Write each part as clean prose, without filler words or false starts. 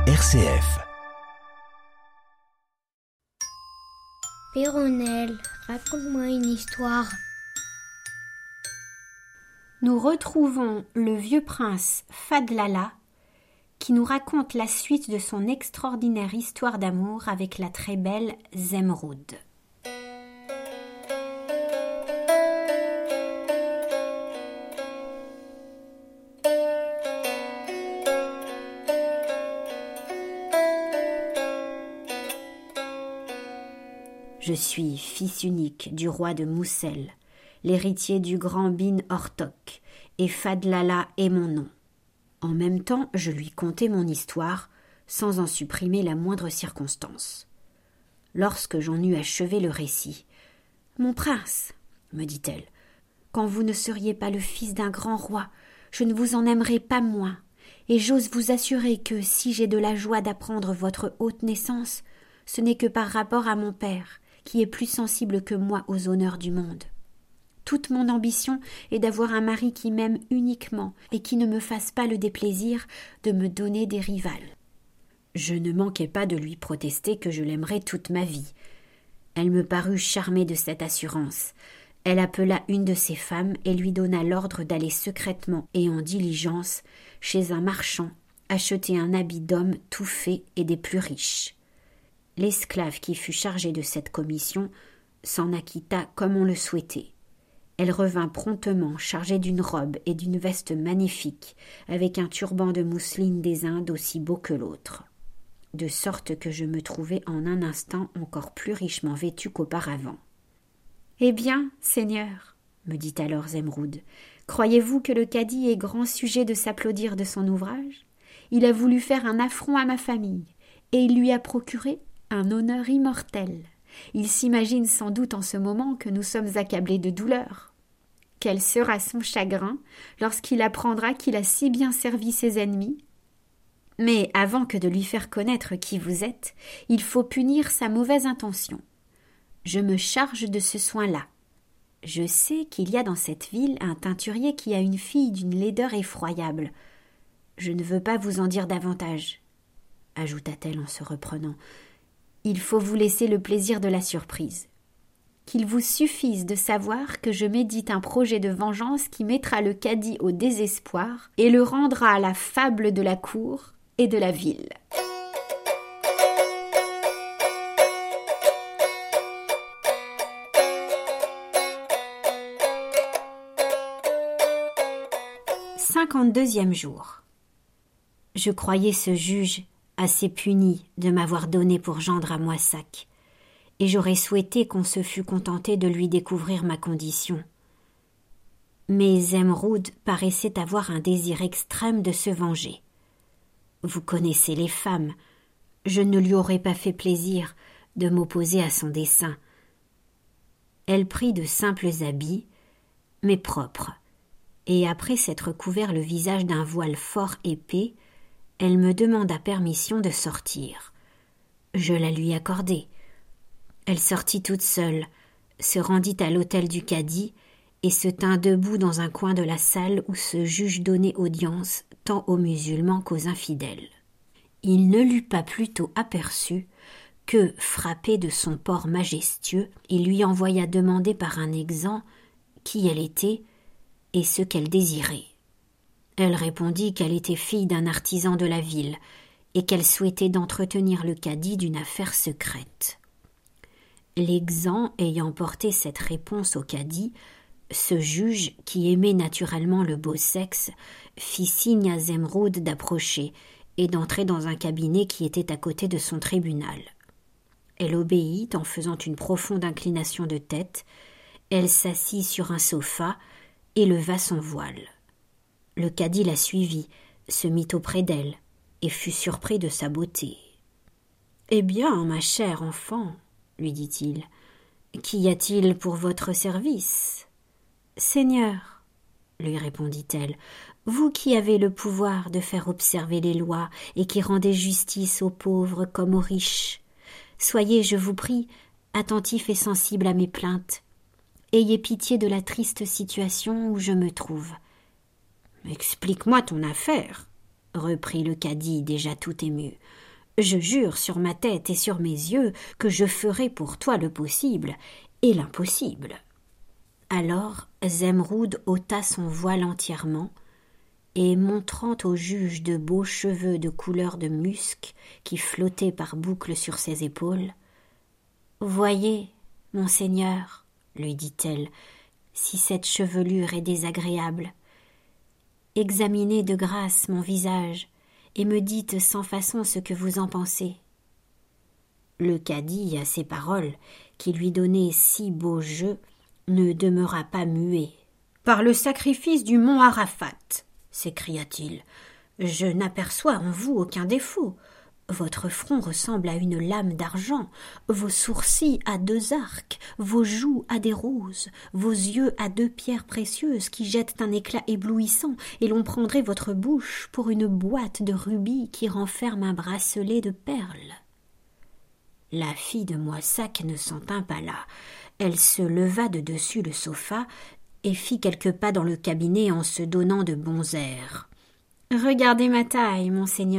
RCF. Péronnelle, raconte-moi une histoire. Nous retrouvons le vieux prince Fadlallah qui nous raconte la suite de son extraordinaire histoire d'amour avec la très belle Zemroud. Je suis fils unique du roi de Moussel, l'héritier du grand bin Ortok, et Fadlallah est mon nom. En même temps, je lui contai mon histoire, sans en supprimer la moindre circonstance. Lorsque j'en eus achevé le récit, « Mon prince, me dit-elle, quand vous ne seriez pas le fils d'un grand roi, je ne vous en aimerais pas moins, et j'ose vous assurer que si j'ai de la joie d'apprendre votre haute naissance, ce n'est que par rapport à mon père, qui est plus sensible que moi aux honneurs du monde. Toute mon ambition est d'avoir un mari qui m'aime uniquement et qui ne me fasse pas le déplaisir de me donner des rivales. » Je ne manquai pas de lui protester que je l'aimerais toute ma vie. Elle me parut charmée de cette assurance. Elle appela une de ses femmes et lui donna l'ordre d'aller secrètement et en diligence chez un marchand acheter un habit d'homme tout fait et des plus riches. L'esclave qui fut chargée de cette commission s'en acquitta comme on le souhaitait. Elle revint promptement chargée d'une robe et d'une veste magnifiques, avec un turban de mousseline des Indes aussi beau que l'autre, de sorte que je me trouvai en un instant encore plus richement vêtue qu'auparavant. « Eh bien, Seigneur, me dit alors Zemroud, croyez-vous que le cadi ait grand sujet de s'applaudir de son ouvrage ? Il a voulu faire un affront à ma famille, et il lui a procuré un honneur immortel. Il s'imagine sans doute en ce moment que nous sommes accablés de douleur. Quel sera son chagrin lorsqu'il apprendra qu'il a si bien servi ses ennemis ? Mais avant que de lui faire connaître qui vous êtes, il faut punir sa mauvaise intention. Je me charge de ce soin-là. Je sais qu'il y a dans cette ville un teinturier qui a une fille d'une laideur effroyable. Je ne veux pas vous en dire davantage, ajouta-t-elle en se reprenant. Il faut vous laisser le plaisir de la surprise. Qu'il vous suffise de savoir que je médite un projet de vengeance qui mettra le cadi au désespoir et le rendra à la fable de la cour et de la ville. « 52e jour. Je croyais ce juge assez puni de m'avoir donné pour gendre à Moissac, et j'aurais souhaité qu'on se fût contenté de lui découvrir ma condition. Mais Zemroud paraissait avoir un désir extrême de se venger. Vous connaissez les femmes, je ne lui aurais pas fait plaisir de m'opposer à son dessein. Elle prit de simples habits, mais propres, et après s'être couvert le visage d'un voile fort épais, elle me demanda permission de sortir. Je la lui accordai. Elle sortit toute seule, se rendit à l'hôtel du cadi et se tint debout dans un coin de la salle où ce juge donnait audience tant aux musulmans qu'aux infidèles. Il ne l'eut pas plutôt aperçue que, frappé de son port majestueux, il lui envoya demander par un exempt qui elle était et ce qu'elle désirait. Elle répondit qu'elle était fille d'un artisan de la ville et qu'elle souhaitait d'entretenir le cadi d'une affaire secrète. L'exempt ayant porté cette réponse au cadi, ce juge, qui aimait naturellement le beau sexe, fit signe à Zemroud d'approcher et d'entrer dans un cabinet qui était à côté de son tribunal. Elle obéit en faisant une profonde inclination de tête. Elle s'assit sur un sofa et leva son voile. Le cadi la suivit, se mit auprès d'elle et fut surpris de sa beauté. « Eh bien, ma chère enfant, lui dit-il, qu'y a-t-il pour votre service ? » « Seigneur, lui répondit-elle, vous qui avez le pouvoir de faire observer les lois et qui rendez justice aux pauvres comme aux riches, soyez, je vous prie, attentif et sensible à mes plaintes. Ayez pitié de la triste situation où je me trouve. »« Explique-moi ton affaire, » reprit le cadi déjà tout ému. Je jure sur ma tête et sur mes yeux que je ferai pour toi le possible et l'impossible. Alors Zemroud ôta son voile entièrement, et montrant au juge de beaux cheveux de couleur de musc qui flottaient par boucles sur ses épaules, « Voyez, monseigneur, lui dit-elle, si cette chevelure est désagréable. Examinez de grâce mon visage et me dites sans façon ce que vous en pensez. » Le cadi, à ces paroles, qui lui donnaient si beau jeu, ne demeura pas muet. « Par le sacrifice du mont Arafat !» s'écria-t-il. « Je n'aperçois en vous aucun défaut. Votre front ressemble à une lame d'argent, vos sourcils à 2 arcs, vos joues à des roses, vos yeux à 2 pierres précieuses qui jettent un éclat éblouissant, et l'on prendrait votre bouche pour une boîte de rubis qui renferme un bracelet de perles. » La fille de Moissac ne s'en tint pas là. Elle se leva de dessus le sofa et fit quelques pas dans le cabinet en se donnant de bons airs. « Regardez ma taille, monseigneur, »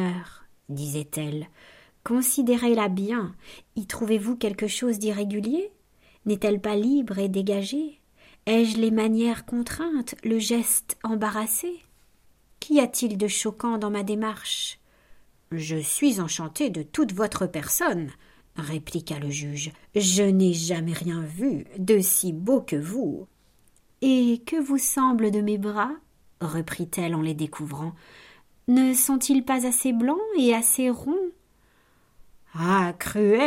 disait-elle. « Considérez-la bien. Y trouvez-vous quelque chose d'irrégulier? N'est-elle pas libre et dégagée? Ai-je les manières contraintes, le geste embarrassé? Qu'y a-t-il de choquant dans ma démarche? »« Je suis enchanté de toute votre personne, » répliqua le juge. « Je n'ai jamais rien vu de si beau que vous. »« Et que vous semble de mes bras ?» reprit-elle en les découvrant. « Ne sont-ils pas assez blancs et assez ronds ?»« Ah, cruel !»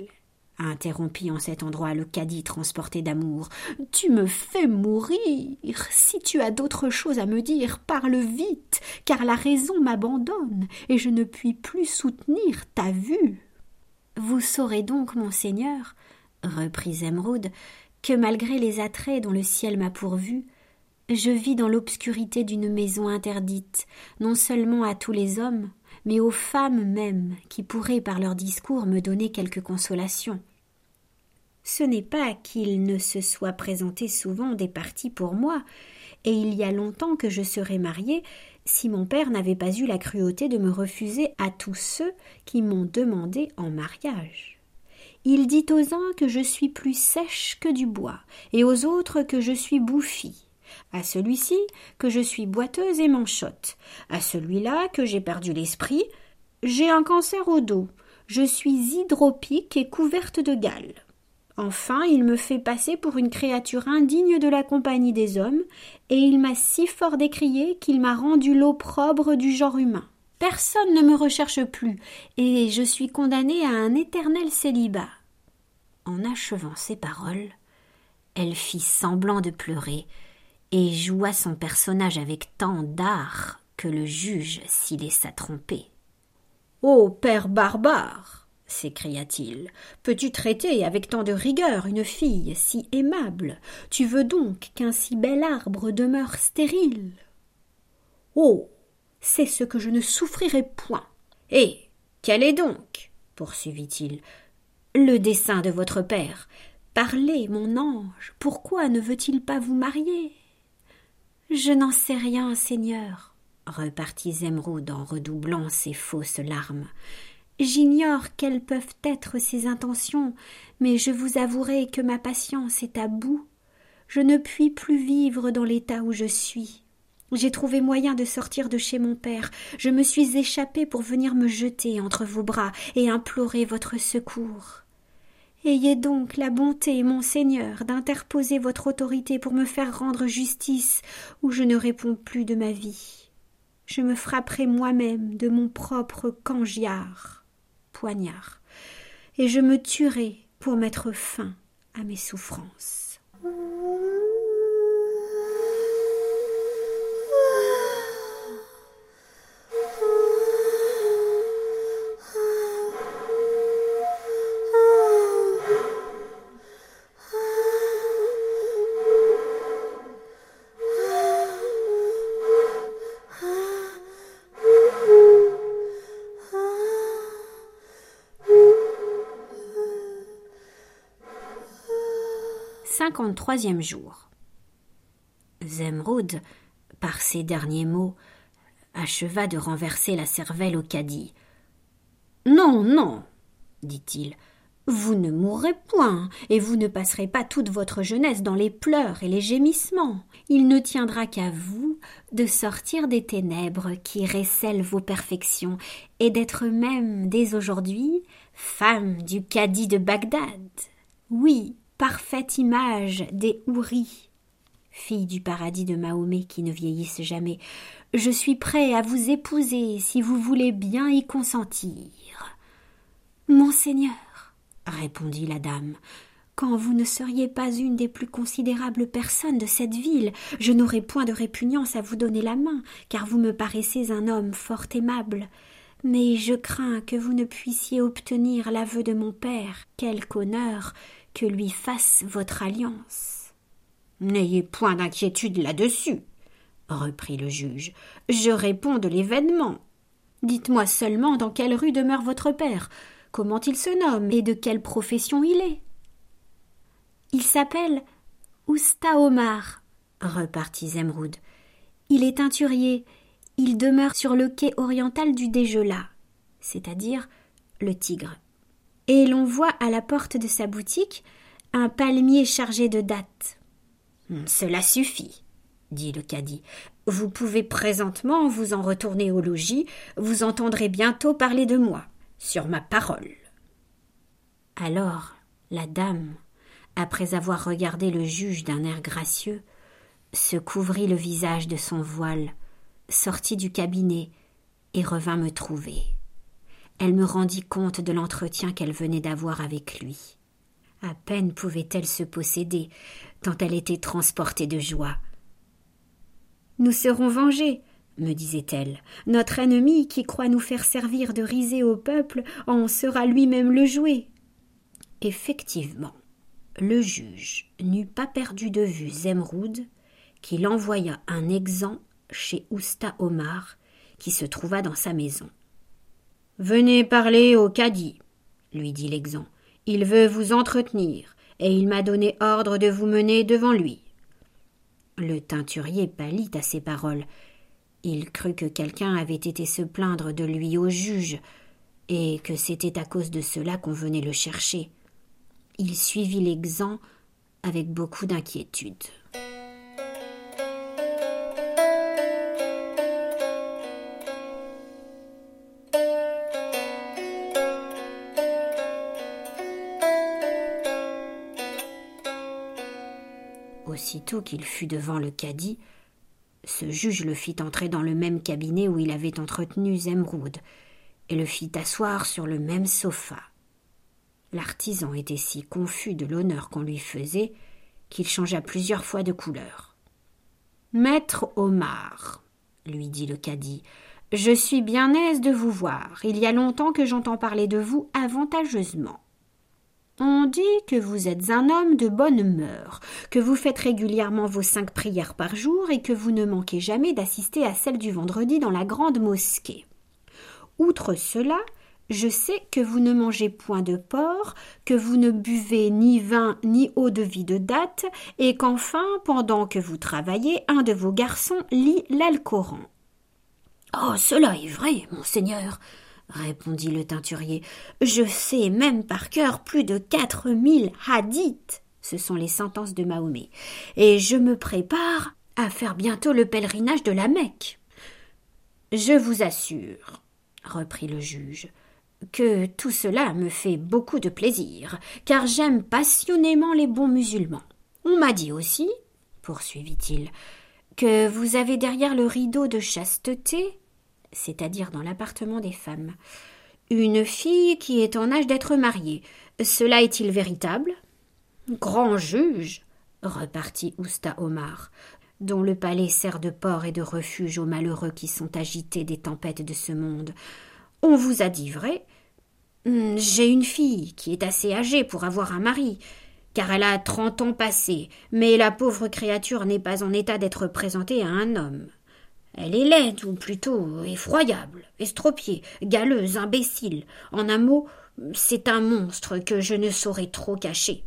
interrompit en cet endroit le cadi transporté d'amour. « Tu me fais mourir. Si tu as d'autres choses à me dire, parle vite, car la raison m'abandonne et je ne puis plus soutenir ta vue. » « Vous saurez donc, monseigneur, reprit Zemroud, que malgré les attraits dont le ciel m'a pourvu, je vis dans l'obscurité d'une maison interdite, non seulement à tous les hommes, mais aux femmes même, qui pourraient par leur discours me donner quelque consolation. Ce n'est pas qu'il ne se soit présenté souvent des partis pour moi, et il y a longtemps que je serais mariée, si mon père n'avait pas eu la cruauté de me refuser à tous ceux qui m'ont demandé en mariage. Il dit aux uns que je suis plus sèche que du bois, et aux autres que je suis bouffie, à celui-ci que je suis boiteuse et manchotte, à celui-là que j'ai perdu l'esprit, j'ai un cancer au dos, je suis hydropique et couverte de gale. Enfin, il me fait passer pour une créature indigne de la compagnie des hommes, et il m'a si fort décrié qu'il m'a rendu l'opprobre du genre humain. Personne ne me recherche plus, et je suis condamnée à un éternel célibat. » En achevant ces paroles, elle fit semblant de pleurer, et joua son personnage avec tant d'art que le juge s'y laissa tromper. « Ô père barbare !» s'écria-t-il. « Peux-tu traiter avec tant de rigueur une fille si aimable? Tu veux donc qu'un si bel arbre demeure stérile? »« Oh, c'est ce que je ne souffrirai point. Et quel est donc, poursuivit-il, le dessein de votre père? Parlez, mon ange, pourquoi ne veut-il pas vous marier? »« Je n'en sais rien, seigneur, » repartit Zemroud en redoublant ses fausses larmes. J'ignore quelles peuvent être ses intentions, mais je vous avouerai que ma patience est à bout. Je ne puis plus vivre dans l'état où je suis. J'ai trouvé moyen de sortir de chez mon père. Je me suis échappée pour venir me jeter entre vos bras et implorer votre secours. Ayez donc la bonté, monseigneur, d'interposer votre autorité pour me faire rendre justice, ou je ne réponds plus de ma vie. Je me frapperai moi-même de mon propre cangiar, poignard, et je me tuerai pour mettre fin à mes souffrances. Cinquante-troisième jour. Zemroud, par ces derniers mots, acheva de renverser la cervelle au cadi. « Non, non, dit-il, vous ne mourrez point, et vous ne passerez pas toute votre jeunesse dans les pleurs et les gémissements. Il ne tiendra qu'à vous de sortir des ténèbres qui récèlent vos perfections, et d'être même, dès aujourd'hui, femme du cadi de Bagdad. Oui, parfaite image des houris, fille du paradis de Mahomet qui ne vieillissent jamais. Je suis prêt à vous épouser si vous voulez bien y consentir. » « Monseigneur, répondit la dame, quand vous ne seriez pas une des plus considérables personnes de cette ville, je n'aurais point de répugnance à vous donner la main, car vous me paraissez un homme fort aimable. Mais je crains que vous ne puissiez obtenir l'aveu de mon père, quelque honneur que lui fasse votre alliance. »« N'ayez point d'inquiétude là-dessus, reprit le juge. Je réponds de l'événement. Dites-moi seulement dans quelle rue demeure votre père, comment il se nomme et de quelle profession il est. »« Il s'appelle Usta Omar, repartit Zemroud. Il est teinturier. Il demeure sur le quai oriental du Dégelat, c'est-à-dire le Tigre. Et l'on voit à la porte de sa boutique un palmier chargé de dattes. »« Cela suffit, dit le cadi. Vous pouvez présentement vous en retourner au logis, vous entendrez bientôt parler de moi, sur ma parole. » Alors la dame, après avoir regardé le juge d'un air gracieux, se couvrit le visage de son voile, sortit du cabinet et revint me trouver. Elle me rendit compte de l'entretien qu'elle venait d'avoir avec lui. À peine pouvait-elle se posséder, tant elle était transportée de joie. « Nous serons vengés, me disait-elle. Notre ennemi, qui croit nous faire servir de risée au peuple, en sera lui-même le jouet. » Effectivement, le juge n'eut pas perdu de vue Zemroud, qui l'envoya un exempt chez Usta Omar, qui se trouva dans sa maison. « Venez parler au cadi, lui dit l'exempt. Il veut vous entretenir, et il m'a donné ordre de vous mener devant lui. » Le teinturier pâlit à ces paroles. Il crut que quelqu'un avait été se plaindre de lui au juge, et que c'était à cause de cela qu'on venait le chercher. Il suivit l'exempt avec beaucoup d'inquiétude. Aussitôt qu'il fut devant le cadi, ce juge le fit entrer dans le même cabinet où il avait entretenu Zemroud et le fit asseoir sur le même sofa. L'artisan était si confus de l'honneur qu'on lui faisait qu'il changea plusieurs fois de couleur. « Maître Omar, lui dit le cadi, je suis bien aise de vous voir. Il y a longtemps que j'entends parler de vous avantageusement. On dit que vous êtes un homme de bonne mœurs, que vous faites régulièrement vos 5 prières par jour et que vous ne manquez jamais d'assister à celle du vendredi dans la grande mosquée. Outre cela, je sais que vous ne mangez point de porc, que vous ne buvez ni vin ni eau-de-vie de date, et qu'enfin, pendant que vous travaillez, un de vos garçons lit l'Alcoran. »« Oh, cela est vrai, monseigneur, » répondit le teinturier. « Je sais même par cœur plus de 4000 hadiths, ce sont les sentences de Mahomet, et je me prépare à faire bientôt le pèlerinage de la Mecque. »« Je vous assure, » reprit le juge, « que tout cela me fait beaucoup de plaisir, car j'aime passionnément les bons musulmans. On m'a dit aussi, poursuivit-il, que vous avez derrière le rideau de chasteté, c'est-à-dire dans l'appartement des femmes, une fille qui est en âge d'être mariée. Cela est-il véritable ? » ?»« Grand juge, repartit Usta Omar, dont le palais sert de port et de refuge aux malheureux qui sont agités des tempêtes de ce monde. On vous a dit vrai. J'ai une fille qui est assez âgée pour avoir un mari, car elle a 30 ans passés, mais la pauvre créature n'est pas en état d'être présentée à un homme. Elle est laide, ou plutôt effroyable, estropiée, galeuse, imbécile. En un mot, c'est un monstre que je ne saurais trop cacher.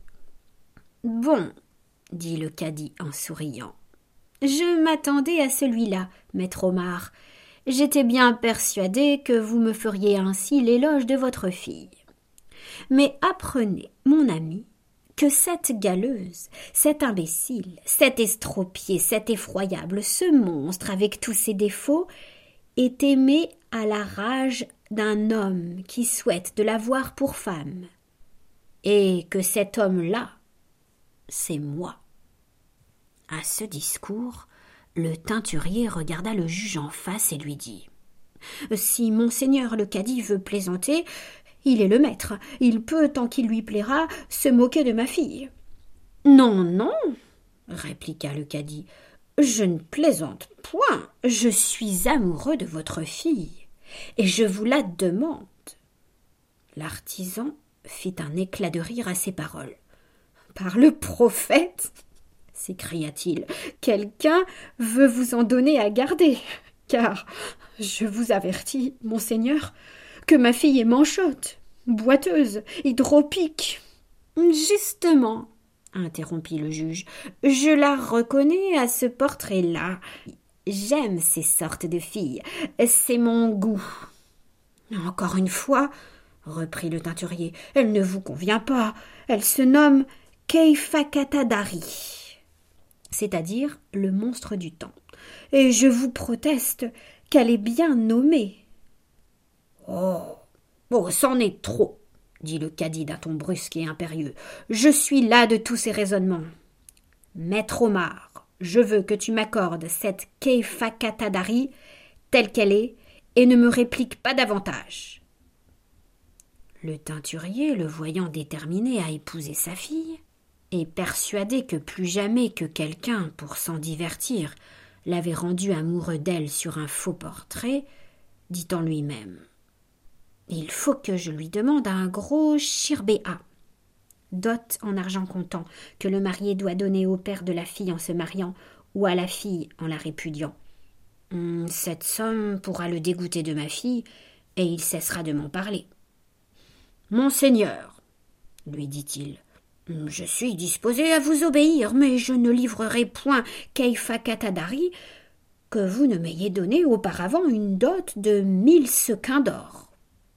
« Bon, » dit le cadi en souriant. « Je m'attendais à celui-là, maître Omar, J'étais bien persuadé que vous me feriez ainsi l'éloge de votre fille. Mais apprenez, mon ami, que cette galeuse, cet imbécile, cet estropié, cet effroyable, ce monstre avec tous ses défauts, est aimé à la rage d'un homme qui souhaite de la voir pour femme, et que cet homme-là, c'est moi. » À ce discours, le teinturier regarda le juge en face et lui dit « Si monseigneur le cadi veut plaisanter, il est le maître. Il peut, tant qu'il lui plaira, se moquer de ma fille. »« Non, non, répliqua le cadi, je ne plaisante point. Je suis amoureux de votre fille, et je vous la demande. » L'artisan fit un éclat de rire à ces paroles. « Par le prophète !» s'écria-t-il, « quelqu'un veut vous en donner à garder, car je vous avertis, monseigneur, que ma fille est manchotte, boiteuse, hydropique. »« Justement, » interrompit le juge, « je la reconnais à ce portrait-là. J'aime ces sortes de filles, c'est mon goût. »« Encore une fois, » reprit le teinturier, « elle ne vous convient pas, elle se nomme Keifakatadari, c'est-à-dire le monstre du temps, et je vous proteste qu'elle est bien nommée. »« Oh, c'en est trop, » dit le cadi d'un ton brusque et impérieux. « Je suis las de tous ces raisonnements. Maître Omar, je veux que tu m'accordes cette Keifakatadari telle qu'elle est, et ne me réplique pas davantage. » Le teinturier, le voyant déterminé à épouser sa fille, et persuadé que plus jamais que quelqu'un, pour s'en divertir, l'avait rendu amoureux d'elle sur un faux portrait, dit en lui-même « Il faut que je lui demande un gros shirbéa, dot en argent comptant, que le marié doit donner au père de la fille en se mariant, ou à la fille en la répudiant. Cette somme pourra le dégoûter de ma fille, et il cessera de m'en parler. »« Monseigneur, lui dit-il, je suis disposé à vous obéir, mais je ne livrerai point Keifakatadari que vous ne m'ayez donné auparavant une dot de 1000 sequins d'or. »«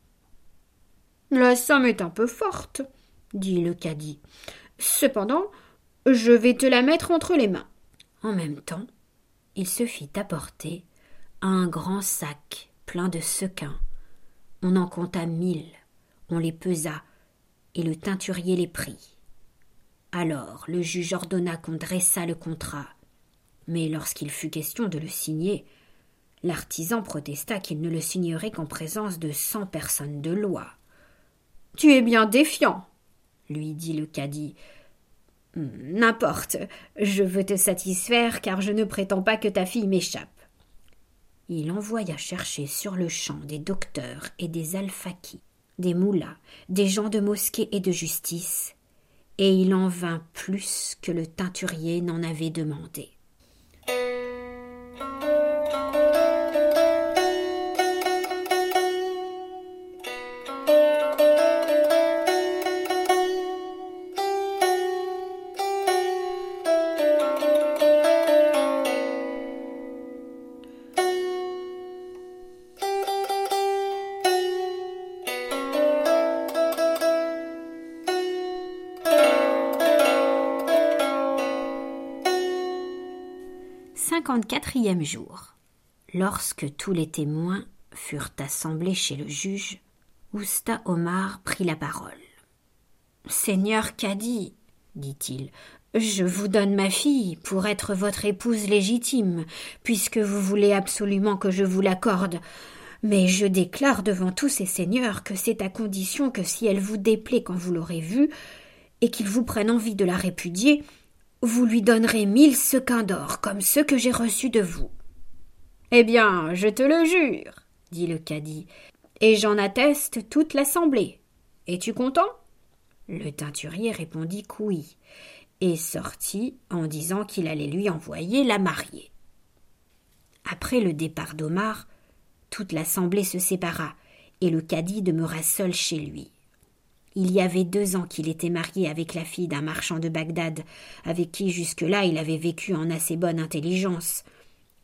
La somme est un peu forte, dit le cadi. Cependant, je vais te la mettre entre les mains. » En même temps, il se fit apporter un grand sac plein de sequins. On en compta 1000, on les pesa, et le teinturier les prit. Alors le juge ordonna qu'on dressât le contrat, mais lorsqu'il fut question de le signer, l'artisan protesta qu'il ne le signerait qu'en présence de 100 personnes de loi. « Tu es bien défiant, » lui dit le cadi. « N'importe, je veux te satisfaire, car je ne prétends pas que ta fille m'échappe. » Il envoya chercher sur le champ des docteurs et des alfakis, des moullas, des gens de mosquée et de justice, et il en vint plus que le teinturier n'en avait demandé. Quatrième jour. Lorsque tous les témoins furent assemblés chez le juge, Usta Omar prit la parole. « Seigneur cadi, dit-il, je vous donne ma fille pour être votre épouse légitime, puisque vous voulez absolument que je vous l'accorde. Mais je déclare devant tous ces seigneurs que c'est à condition que si elle vous déplaît quand vous l'aurez vue, et qu'ils vous prennent envie de la répudier, vous lui donnerez 1000 sequins d'or, comme ceux que j'ai reçus de vous. »« Eh bien, je te le jure, dit le cadi, et j'en atteste toute l'assemblée. Es-tu content ?» Le teinturier répondit qu'oui, et sortit en disant qu'il allait lui envoyer la mariée. Après le départ d'Omar, toute l'assemblée se sépara, et le cadi demeura seul chez lui. Il y avait 2 ans qu'il était marié avec la fille d'un marchand de Bagdad, avec qui jusque-là il avait vécu en assez bonne intelligence.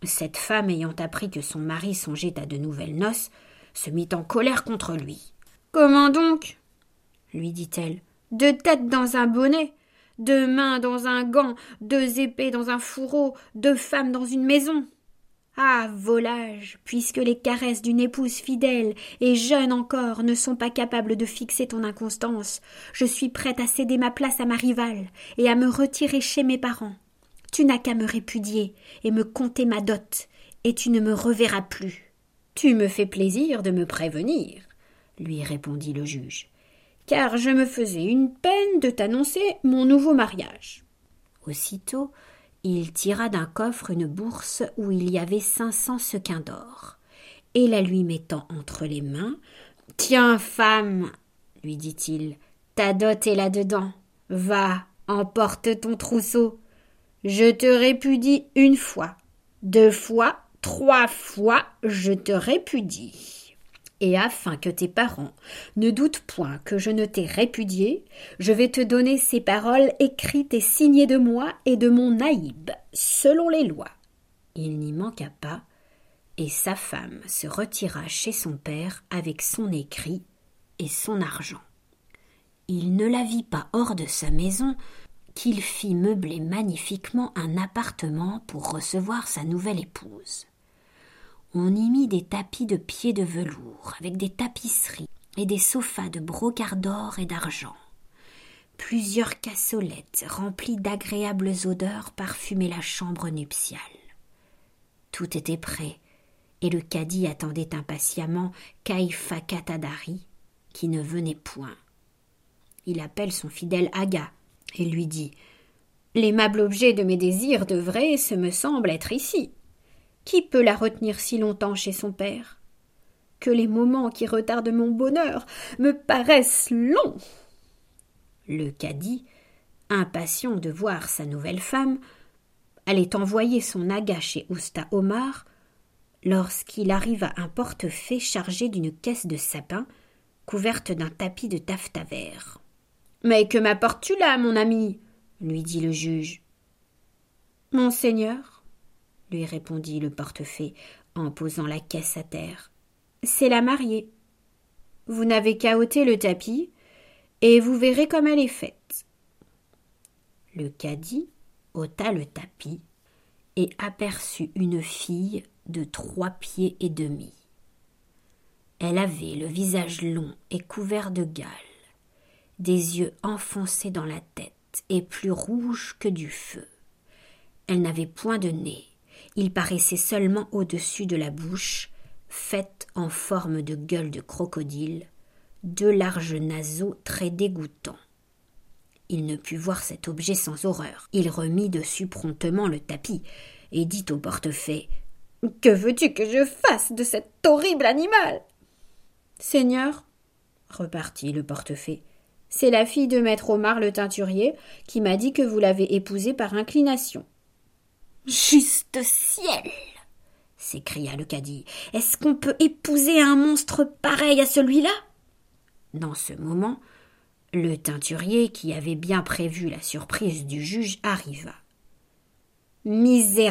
Cette femme, ayant appris que son mari songeait à de nouvelles noces, se mit en colère contre lui. « Comment donc ?» lui dit-elle. « 2 têtes dans un bonnet, 2 mains dans un gant, 2 épées dans un fourreau, 2 femmes dans une maison. Ah, volage, puisque les caresses d'une épouse fidèle et jeune encore ne sont pas capables de fixer ton inconstance, je suis prête à céder ma place à ma rivale et à me retirer chez mes parents. Tu n'as qu'à me répudier et me compter ma dot, et tu ne me reverras plus. »« Tu me fais plaisir de me prévenir, » lui répondit le juge, « car je me faisais une peine de t'annoncer mon nouveau mariage. » Aussitôt, il tira d'un coffre une bourse où il y avait 500 sequins d'or, et la lui mettant entre les mains, « Tiens, femme, lui dit-il, ta dot est là-dedans. Va, emporte ton trousseau. Je te répudie 1 fois, 2 fois, 3 fois, je te répudie. Et afin que tes parents ne doutent point que je ne t'ai répudié, je vais te donner ces paroles écrites et signées de moi et de mon naïb, selon les lois. » Il n'y manqua pas, et sa femme se retira chez son père avec son écrit et son argent. Il ne la vit pas hors de sa maison qu'il fit meubler magnifiquement un appartement pour recevoir sa nouvelle épouse. On y mit des tapis de pied de velours, avec des tapisseries et des sofas de brocart d'or et d'argent. Plusieurs cassolettes remplies d'agréables odeurs parfumaient la chambre nuptiale. Tout était prêt, et le cadi attendait impatiemment Caïpha Katadari, qui ne venait point. Il appelle son fidèle Aga, et lui dit « L'aimable objet de mes désirs devrait, ce me semble, être ici. Qui peut la retenir si longtemps chez son père? Que les moments qui retardent mon bonheur me paraissent longs. » Le cadi, impatient de voir sa nouvelle femme, allait envoyer son Aga chez Usta Omar lorsqu'il arriva un portefaix chargé d'une caisse de sapin couverte d'un tapis de taffetas vert. « Mais que m'apportes-tu là, mon ami » lui dit le juge. « Monseigneur, » lui répondit le portefaix en posant la caisse à terre, « c'est la mariée. Vous n'avez qu'à ôter le tapis, et vous verrez comme elle est faite. » Le cadi ôta le tapis et aperçut une fille de 3 pieds et demi. Elle avait le visage long et couvert de gales, des yeux enfoncés dans la tête et plus rouges que du feu. Elle n'avait point de nez, il paraissait seulement au-dessus de la bouche, faite en forme de gueule de crocodile, 2 larges naseaux très dégoûtants. Il ne put voir cet objet sans horreur. Il remit dessus promptement le tapis et dit au portefaix « Que veux-tu que je fasse de cet horrible animal ?»« Seigneur, » repartit le portefaix, « c'est la fille de maître Omar le teinturier qui m'a dit que vous l'avez épousée par inclination. »« Juste ciel !» s'écria le cadi. « Est-ce qu'on peut épouser un monstre pareil à celui-là ?» Dans ce moment, le teinturier, qui avait bien prévu la surprise du juge, arriva. « Misérable !»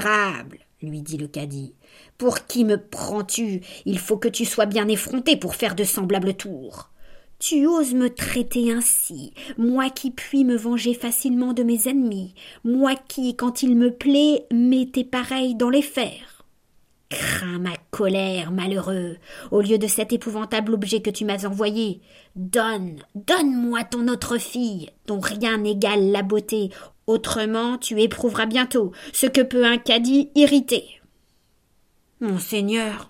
lui dit le cadi. « Pour qui me prends-tu ? Il faut que tu sois bien effronté pour faire de semblables tours. Tu oses me traiter ainsi, moi qui puis me venger facilement de mes ennemis, moi qui, quand il me plaît, mets tes pareils dans les fers. Crains ma colère, malheureux, au lieu de cet épouvantable objet que tu m'as envoyé. Donne-moi ton autre fille, dont rien n'égale la beauté, autrement tu éprouveras bientôt ce que peut un cadi irrité. »« Monseigneur, »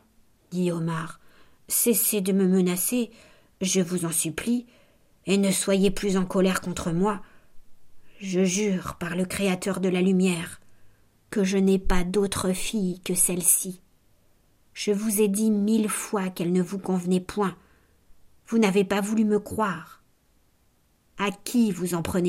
dit Omar, « cessez de me menacer, je vous en supplie, et ne soyez plus en colère contre moi. Je jure par le Créateur de la lumière que je n'ai pas d'autre fille que celle-ci. Je vous ai dit 1000 fois qu'elle ne vous convenait point. Vous n'avez pas voulu me croire. À qui vous en prenez-vous ?